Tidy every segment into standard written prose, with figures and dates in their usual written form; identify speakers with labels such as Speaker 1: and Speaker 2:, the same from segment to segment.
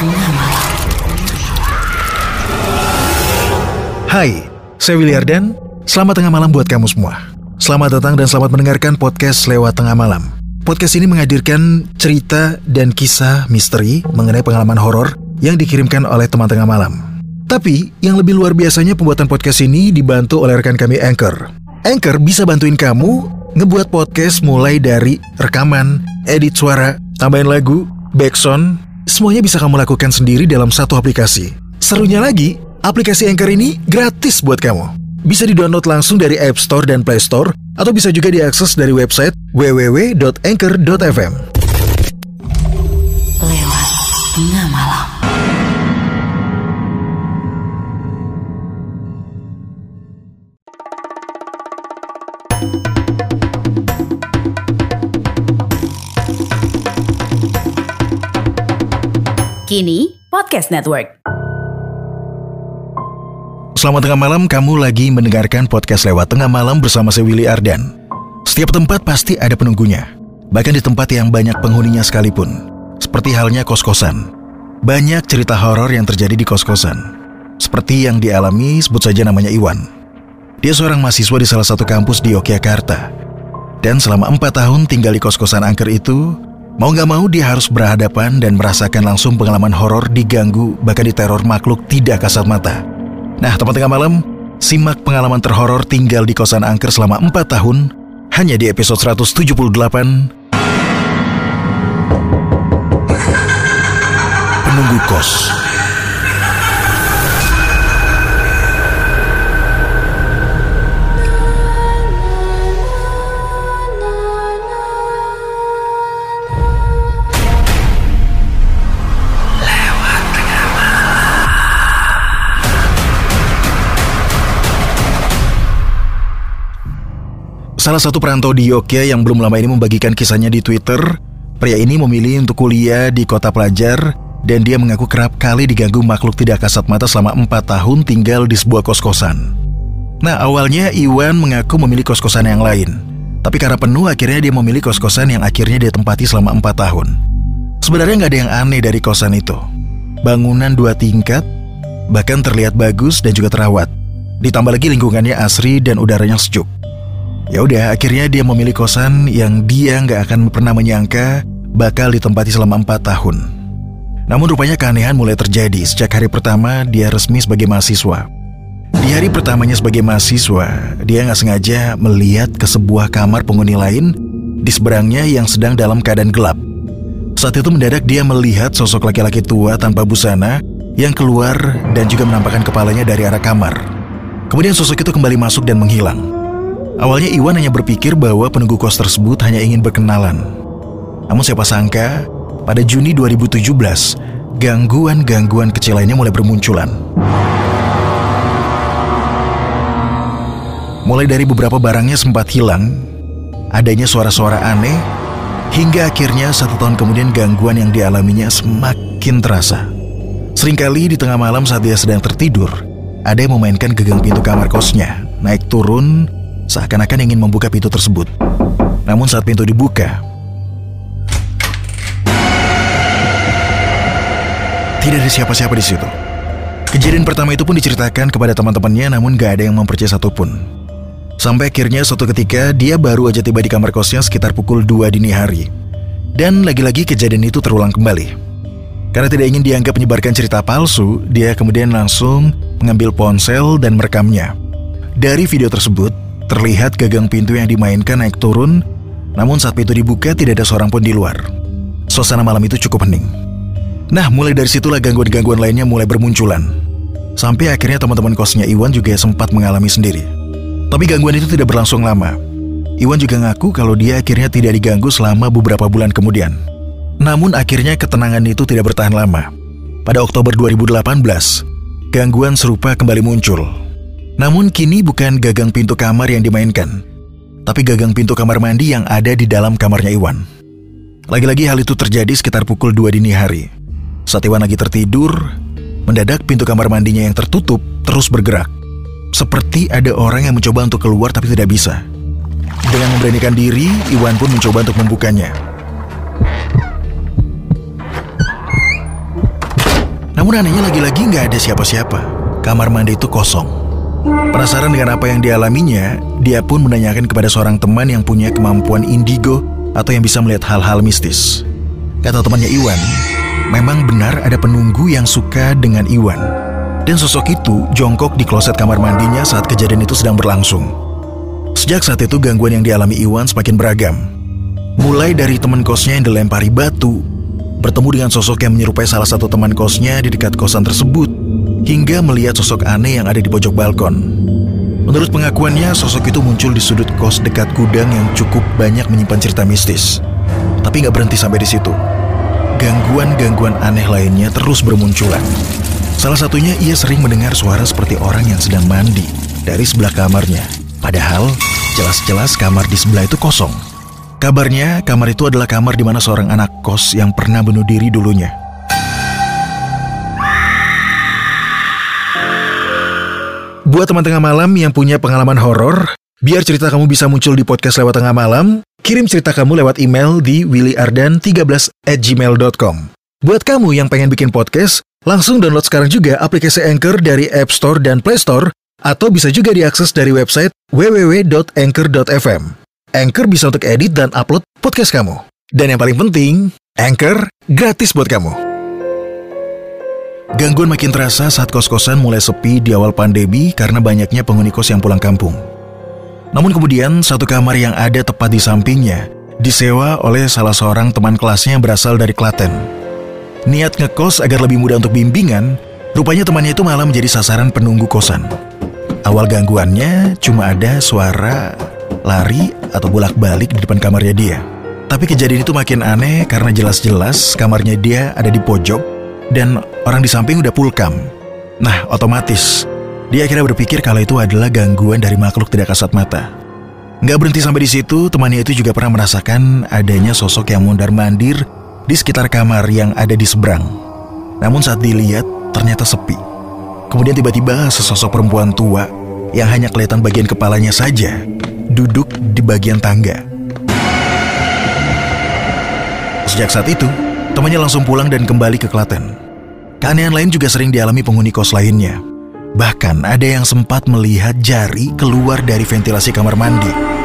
Speaker 1: Tengah Malam.
Speaker 2: Hai, saya Willy Ardan. Selamat tengah malam buat kamu semua. Selamat datang dan selamat mendengarkan podcast Lewat Tengah Malam. Podcast ini menghadirkan cerita dan kisah misteri mengenai pengalaman horor yang dikirimkan oleh teman tengah malam. Tapi, yang lebih luar biasanya pembuatan podcast ini dibantu oleh rekan kami Anchor. Anchor bisa bantuin kamu ngebuat podcast mulai dari rekaman, edit suara, tambahin lagu, backsound, semuanya bisa kamu lakukan sendiri dalam satu aplikasi. Serunya lagi, aplikasi Anchor ini gratis buat kamu. Bisa di-download langsung dari App Store dan Play Store, atau bisa juga diakses dari website www.anchor.fm.
Speaker 1: Lewat Tengah Malam. Kini Podcast Network.
Speaker 2: Selamat tengah malam, kamu lagi mendengarkan podcast Lewat Tengah Malam bersama saya Willy Ardan. Setiap tempat pasti ada penunggunya, bahkan di tempat yang banyak penghuninya sekalipun. Seperti halnya kos-kosan. Banyak cerita horor yang terjadi di kos-kosan. Seperti yang dialami, sebut saja namanya Iwan. Dia seorang mahasiswa di salah satu kampus di Yogyakarta. Dan selama 4 tahun tinggal di kos-kosan angker itu, mau gak mau dia harus berhadapan dan merasakan langsung pengalaman horor diganggu, bahkan diteror makhluk tidak kasat mata. Nah, teman tengah malam, simak pengalaman terhoror tinggal di kosan angker selama 4 tahun, hanya di episode 178, Penunggu Kos. Salah satu perantau di Yogyakarta yang belum lama ini membagikan kisahnya di Twitter. Pria ini memilih untuk kuliah di kota pelajar dan dia mengaku kerap kali diganggu makhluk tidak kasat mata selama 4 tahun tinggal di sebuah kos-kosan. Nah, awalnya Iwan mengaku memilih kos-kosan yang lain. Tapi karena penuh, akhirnya dia memilih kos-kosan yang akhirnya dia tempati selama 4 tahun. Sebenarnya nggak ada yang aneh dari kosan itu. Bangunan 2 tingkat, bahkan terlihat bagus dan juga terawat. Ditambah lagi lingkungannya asri dan udaranya sejuk. Ya udah, akhirnya dia memilih kosan yang dia nggak akan pernah menyangka bakal ditempati selama 4 tahun. Namun rupanya keanehan mulai terjadi sejak hari pertama dia resmi sebagai mahasiswa. Di hari pertamanya sebagai mahasiswa, dia nggak sengaja melihat ke sebuah kamar penghuni lain di seberangnya yang sedang dalam keadaan gelap. Saat itu mendadak dia melihat sosok laki-laki tua tanpa busana yang keluar dan juga menampakkan kepalanya dari arah kamar. Kemudian sosok itu kembali masuk dan menghilang. Awalnya Iwan hanya berpikir bahwa penunggu kos tersebut hanya ingin berkenalan. Namun siapa sangka, pada Juni 2017, gangguan-gangguan kecil lainnya mulai bermunculan. Mulai dari beberapa barangnya sempat hilang, adanya suara-suara aneh, hingga akhirnya 1 tahun kemudian gangguan yang dialaminya semakin terasa. Seringkali di tengah malam saat dia sedang tertidur, ada yang memainkan gagang pintu kamar kosnya, naik turun, seakan-akan ingin membuka pintu tersebut. Namun saat pintu dibuka, tidak ada siapa-siapa di situ. Kejadian pertama itu pun diceritakan kepada teman-temannya, namun gak ada yang mempercayai satupun. Sampai akhirnya suatu ketika dia baru aja tiba di kamar kosnya sekitar pukul 2 dini hari. Dan lagi-lagi kejadian itu terulang kembali. Karena tidak ingin dianggap menyebarkan cerita palsu, dia kemudian langsung mengambil ponsel dan merekamnya. Dari video tersebut terlihat gagang pintu yang dimainkan naik turun, namun saat pintu dibuka tidak ada seorang pun di luar. Suasana malam itu cukup hening. Nah, mulai dari situlah gangguan-gangguan lainnya mulai bermunculan. Sampai akhirnya teman-teman kosnya Iwan juga sempat mengalami sendiri. Tapi gangguan itu tidak berlangsung lama. Iwan juga ngaku kalau dia akhirnya tidak diganggu selama beberapa bulan kemudian. Namun akhirnya ketenangan itu tidak bertahan lama. Pada Oktober 2018, gangguan serupa kembali muncul. Namun kini bukan gagang pintu kamar yang dimainkan, tapi gagang pintu kamar mandi yang ada di dalam kamarnya Iwan. Lagi-lagi hal itu terjadi sekitar pukul 2 dini hari. Saat Iwan lagi tertidur, mendadak pintu kamar mandinya yang tertutup terus bergerak. Seperti ada orang yang mencoba untuk keluar tapi tidak bisa. Dengan memberanikan diri, Iwan pun mencoba untuk membukanya. Namun anehnya lagi-lagi nggak ada siapa-siapa. Kamar mandi itu kosong. Penasaran dengan apa yang dialaminya, dia pun menanyakan kepada seorang teman yang punya kemampuan indigo atau yang bisa melihat hal-hal mistis. Kata temannya Iwan, memang benar ada penunggu yang suka dengan Iwan. Dan sosok itu jongkok di kloset kamar mandinya saat kejadian itu sedang berlangsung. Sejak saat itu gangguan yang dialami Iwan semakin beragam. Mulai dari teman kosnya yang dilempari batu, bertemu dengan sosok yang menyerupai salah satu teman kosnya di dekat kosan tersebut, hingga melihat sosok aneh yang ada di pojok balkon. Menurut pengakuannya, sosok itu muncul di sudut kos dekat gudang yang cukup banyak menyimpan cerita mistis. Tapi nggak berhenti sampai di situ. Gangguan-gangguan aneh lainnya terus bermunculan. Salah satunya ia sering mendengar suara seperti orang yang sedang mandi dari sebelah kamarnya. Padahal jelas-jelas kamar di sebelah itu kosong. Kabarnya kamar itu adalah kamar di mana seorang anak kos yang pernah bunuh diri dulunya. Buat teman tengah malam yang punya pengalaman horor, biar cerita kamu bisa muncul di podcast lewat tengah malam, kirim cerita kamu lewat email di willyardan13@gmail.com. Buat kamu yang pengen bikin podcast, langsung download sekarang juga aplikasi Anchor dari App Store dan Play Store, atau bisa juga diakses dari website www.anchor.fm. Anchor bisa untuk edit dan upload podcast kamu. Dan yang paling penting, Anchor gratis buat kamu. Gangguan makin terasa saat kos-kosan mulai sepi di awal pandemi karena banyaknya penghuni kos yang pulang kampung. Namun kemudian satu kamar yang ada tepat di sampingnya disewa oleh salah seorang teman kelasnya yang berasal dari Klaten. Niat ngekos agar lebih mudah untuk bimbingan, rupanya temannya itu malah menjadi sasaran penunggu kosan. Awal gangguannya cuma ada suara lari atau bolak-balik di depan kamarnya dia. Tapi kejadian itu makin aneh karena jelas-jelas kamarnya dia ada di pojok dan orang di samping udah pulkam. Nah, otomatis dia akhirnya berpikir kalau itu adalah gangguan dari makhluk tidak kasat mata. Nggak berhenti sampai di situ, temannya itu juga pernah merasakan adanya sosok yang mondar-mandir di sekitar kamar yang ada di seberang. Namun saat dilihat, ternyata sepi. Kemudian tiba-tiba sesosok perempuan tua yang hanya kelihatan bagian kepalanya saja duduk di bagian tangga. Sejak saat itu, temannya langsung pulang dan kembali ke Klaten. Keanehan lain juga sering dialami penghuni kos lainnya. Bahkan ada yang sempat melihat jari keluar dari ventilasi kamar mandi.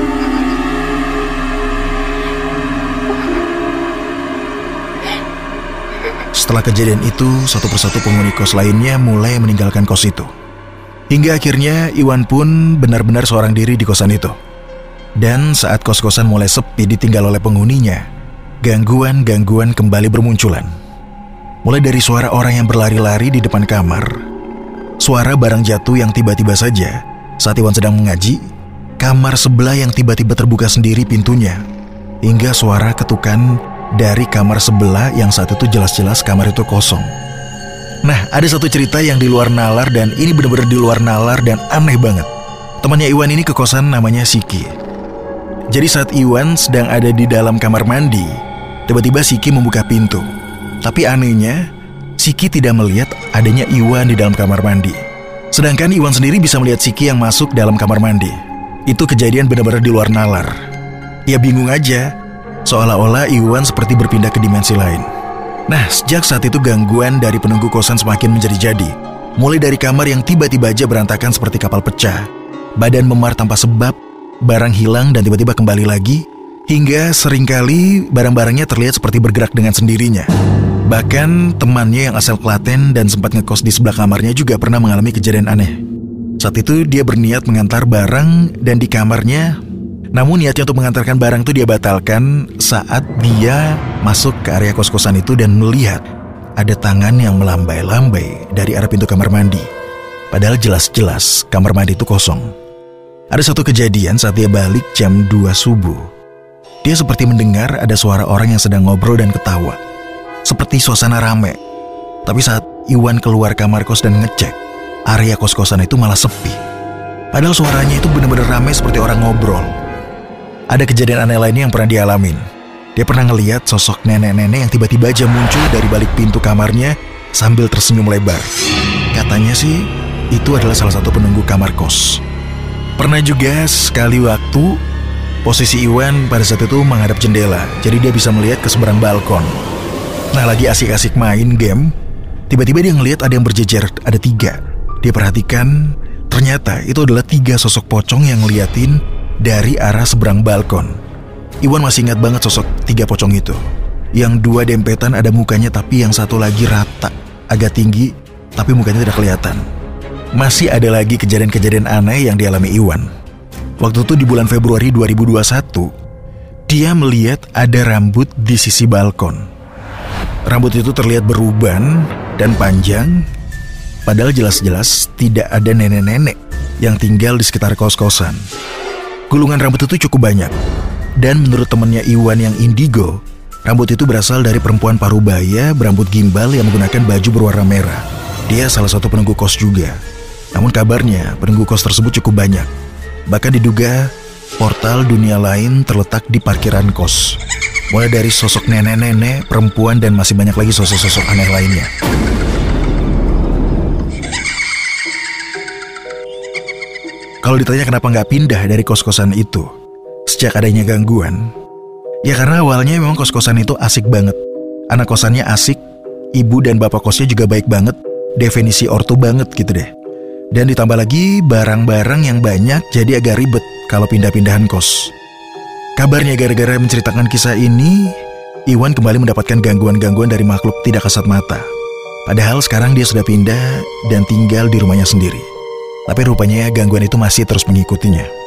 Speaker 2: Setelah kejadian itu, satu persatu penghuni kos lainnya mulai meninggalkan kos itu. Hingga akhirnya Iwan pun benar-benar seorang diri di kosan itu. Dan saat kos-kosan mulai sepi ditinggal oleh penghuninya, gangguan-gangguan kembali bermunculan. Mulai dari suara orang yang berlari-lari di depan kamar, suara barang jatuh yang tiba-tiba saja saat Iwan sedang mengaji, kamar sebelah yang tiba-tiba terbuka sendiri pintunya, hingga suara ketukan dari kamar sebelah yang saat itu jelas-jelas kamar itu kosong. Nah, ada satu cerita yang di luar nalar dan ini benar-benar di luar nalar dan aneh banget. Temannya Iwan ini ke kosan namanya Siki. Jadi saat Iwan sedang ada di dalam kamar mandi, tiba-tiba Siki membuka pintu. Tapi anehnya, Siki tidak melihat adanya Iwan di dalam kamar mandi. Sedangkan Iwan sendiri bisa melihat Siki yang masuk dalam kamar mandi. Itu kejadian benar-benar di luar nalar. Ia bingung aja, seolah-olah Iwan seperti berpindah ke dimensi lain. Nah, sejak saat itu gangguan dari penunggu kosan semakin menjadi-jadi. Mulai dari kamar yang tiba-tiba aja berantakan seperti kapal pecah, badan memar tanpa sebab, barang hilang dan tiba-tiba kembali lagi, hingga seringkali barang-barangnya terlihat seperti bergerak dengan sendirinya. Bahkan temannya yang asal Klaten dan sempat ngekos di sebelah kamarnya juga pernah mengalami kejadian aneh. Saat itu dia berniat mengantar barang dan di kamarnya, namun niatnya untuk mengantarkan barang itu dia batalkan saat dia masuk ke area kos-kosan itu dan melihat ada tangan yang melambai-lambai dari arah pintu kamar mandi. Padahal jelas-jelas kamar mandi itu kosong. Ada satu kejadian saat dia balik jam 2 subuh. Dia seperti mendengar ada suara orang yang sedang ngobrol dan ketawa. Seperti suasana rame. Tapi saat Iwan keluar kamar kos dan ngecek, area kos-kosan itu malah sepi. Padahal suaranya itu benar-benar rame seperti orang ngobrol. Ada kejadian aneh lainnya yang pernah dialamin. Dia pernah ngelihat sosok nenek-nenek yang tiba-tiba aja muncul dari balik pintu kamarnya sambil tersenyum lebar. Katanya sih, itu adalah salah satu penunggu kamar kos. Pernah juga sekali waktu, posisi Iwan pada saat itu menghadap jendela, jadi dia bisa melihat ke seberang balkon. Nah, lagi asik-asik main game, Tiba-tiba dia ngelihat ada yang berjejer, ada 3. Dia perhatikan, ternyata itu adalah 3 sosok pocong yang ngeliatin dari arah seberang balkon. Iwan masih ingat banget sosok 3 pocong itu. Yang 2 dempetan ada mukanya, tapi yang satu lagi rata, agak tinggi, tapi mukanya tidak kelihatan. Masih ada lagi kejadian-kejadian aneh yang dialami Iwan. Waktu itu di bulan Februari 2021, dia melihat ada rambut di sisi balkon. Rambut itu terlihat beruban dan panjang, padahal jelas-jelas tidak ada nenek-nenek yang tinggal di sekitar kos-kosan. Gulungan rambut itu cukup banyak. Dan menurut temannya Iwan yang indigo, rambut itu berasal dari perempuan parubaya berambut gimbal yang menggunakan baju berwarna merah. Dia salah satu penunggu kos juga. Namun kabarnya penunggu kos tersebut cukup banyak. Bahkan diduga portal dunia lain terletak di parkiran kos. Mulai dari sosok nenek-nenek, perempuan, dan masih banyak lagi sosok-sosok aneh lainnya. Kalau ditanya kenapa nggak pindah dari kos-kosan itu sejak adanya gangguan, ya karena awalnya memang kos-kosan itu asik banget. Anak kosannya asik, ibu dan bapak kosnya juga baik banget, definisi ortu banget gitu deh. Dan ditambah lagi barang-barang yang banyak, jadi agak ribet kalau pindah-pindahan kos. Kabarnya gara-gara menceritakan kisah ini, Iwan kembali mendapatkan gangguan-gangguan dari makhluk tidak kasat mata. Padahal sekarang dia sudah pindah dan tinggal di rumahnya sendiri. Tapi rupanya gangguan itu masih terus mengikutinya.